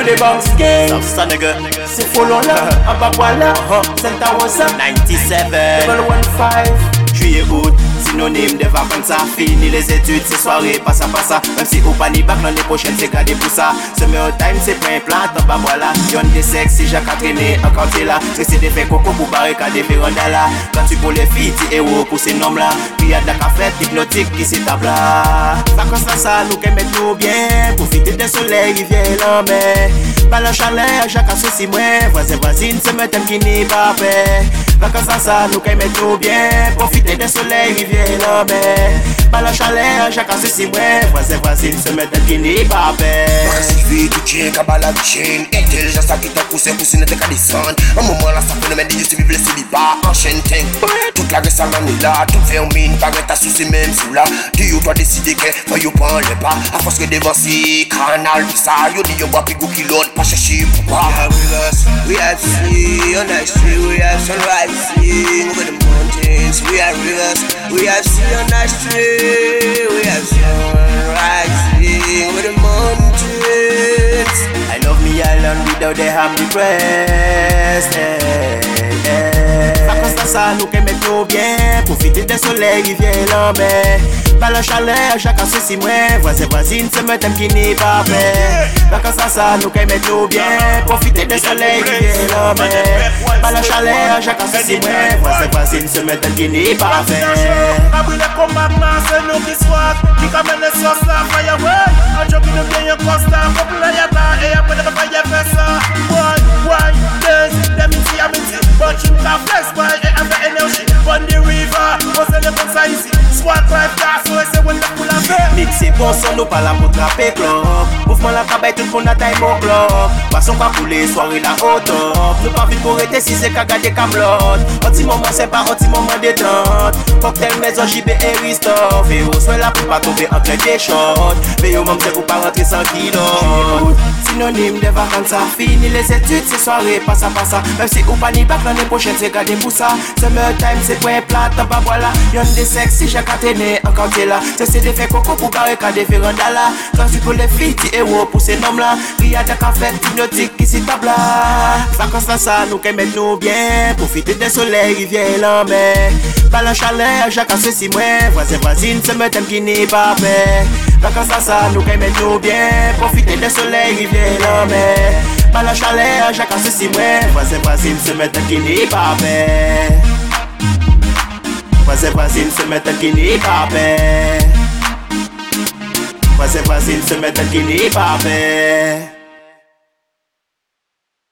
for the banks gang. Ça nigga. C'est follow là, en bas voilà. Santa Rosa 97 015. Juillet août, synonyme de vacances, ça fini les études, c'est soirée, passe à passe. Même si ou pas ni bac l'année prochaine, c'est gardé pour ça. Summer time, c'est plein plat, en bas voilà. Y'en des sexes, si Jacques a traîné, encore t'es là. C'est des faits coco pour barricader véranda là. Quand tu pour les filles, t'es héros pour ces noms là. Puis y'a de la café hypnotique qui s'est table là. Vacances ça, nous qu'elle met tout bien. Profiter des soleils, rivière en mer. Pas la chaleur, Jacques a souci moins. Voisin, voisine, se met un qui n'est pas paix. Vacances ça, nous qu'elle met tout bien. Profiter des soleils, rivière en mer. Pas la chaleur, Jacques a souci moins. Voisin, voisine, se met un qui n'est pas paix. Sylvie, tout tient, cabala, chaîne. Intelligence, ça qui t'a poussé, n'était qu'à descendre. Un moment là, ça phénomène de juste vivre le célibat. Enchaîne, ting. Toute la reste, ça m'en est là. Toute vermine, pas ta souci même sous là. Tu dois décider que, faut you prendre le pas. À force que devant si, canal, tout ça. You dit, you bois pigou qui l'autre, pas chercher pour pas. We have sea on the street, we have sunrise sing over the mountains. We have rivers, we have sea on the street, we have sunrise sing over the mountains. I love me island without the harm depressed. Vacances ça, nous qu'elle met tout bien. Profiter des soleils, rivière en mer. Pas la chaleur, chacun souci moins. Voisin, voisine, se met un qui n'est pas fait. Vacances ça, nous qu'elle met tout bien. Profiter des soleils, rivière en mer. Pas la chaleur, chacun souci moins. Voisin, voisine, se met un qui n'est pas fait. Abri les combats, c'est nous qui soit. Qui ramène les sauces là, firework. Un job qui nous vient, un constat. Couple la yata, et après de pas y faire ça. Why, dance, them ici, I'm ici. But you can flex, boy, et avec énergie. On the river, on se lève comme ça ici. Squat life, that's what c'est when the pull a fait. Mix c'est bon son, nous pas là pour trapper clock. Mouvement la cabaye, tout le monde a time au clock. Passons qu'à couler, soirée la au top. Nous pas vite pour arrêter si c'est qu'à garder Camelot. Un petit moment c'est pas un petit moment détente. Cocktail maison, JB et Ristoff. Et on soit là pour pas tomber entre des shots. Mais au moment c'est pour pas rentrer sans kilo. Synonyme de vacances, ça fini les études, c'est soirée, passe à passe. Même si ou pas ni bac l'année prochaine, c'est gardé pour ça. Summer time, c'est point plat, en bas voilà. Y'en des sexes, si j'ai caténé, encore t'es là. C'est des faits coco pour barricader véranda là. Quand tu pour les filles, t'es héros pour ces noms là. Y'a des cafés hypnotiques qui s'y table là. Vacances ça, nous qu'elle met nous bien. Profiter des soleils, rivière en mer. Pas la chaleur, chacun souci moins. Voisin, voisine, se met un qui n'est pas fait. Vacances ça, nous qu'elle met nous bien. Profiter des soleils, rivière en mer. Pas la chaleur, chacun souci moins. Voisin, voisine, se met un qui n'est pas fait. Voisin, voisine, se met un qui n'est pas fait. Voisin, voisine, se met un qui n'est pas fait.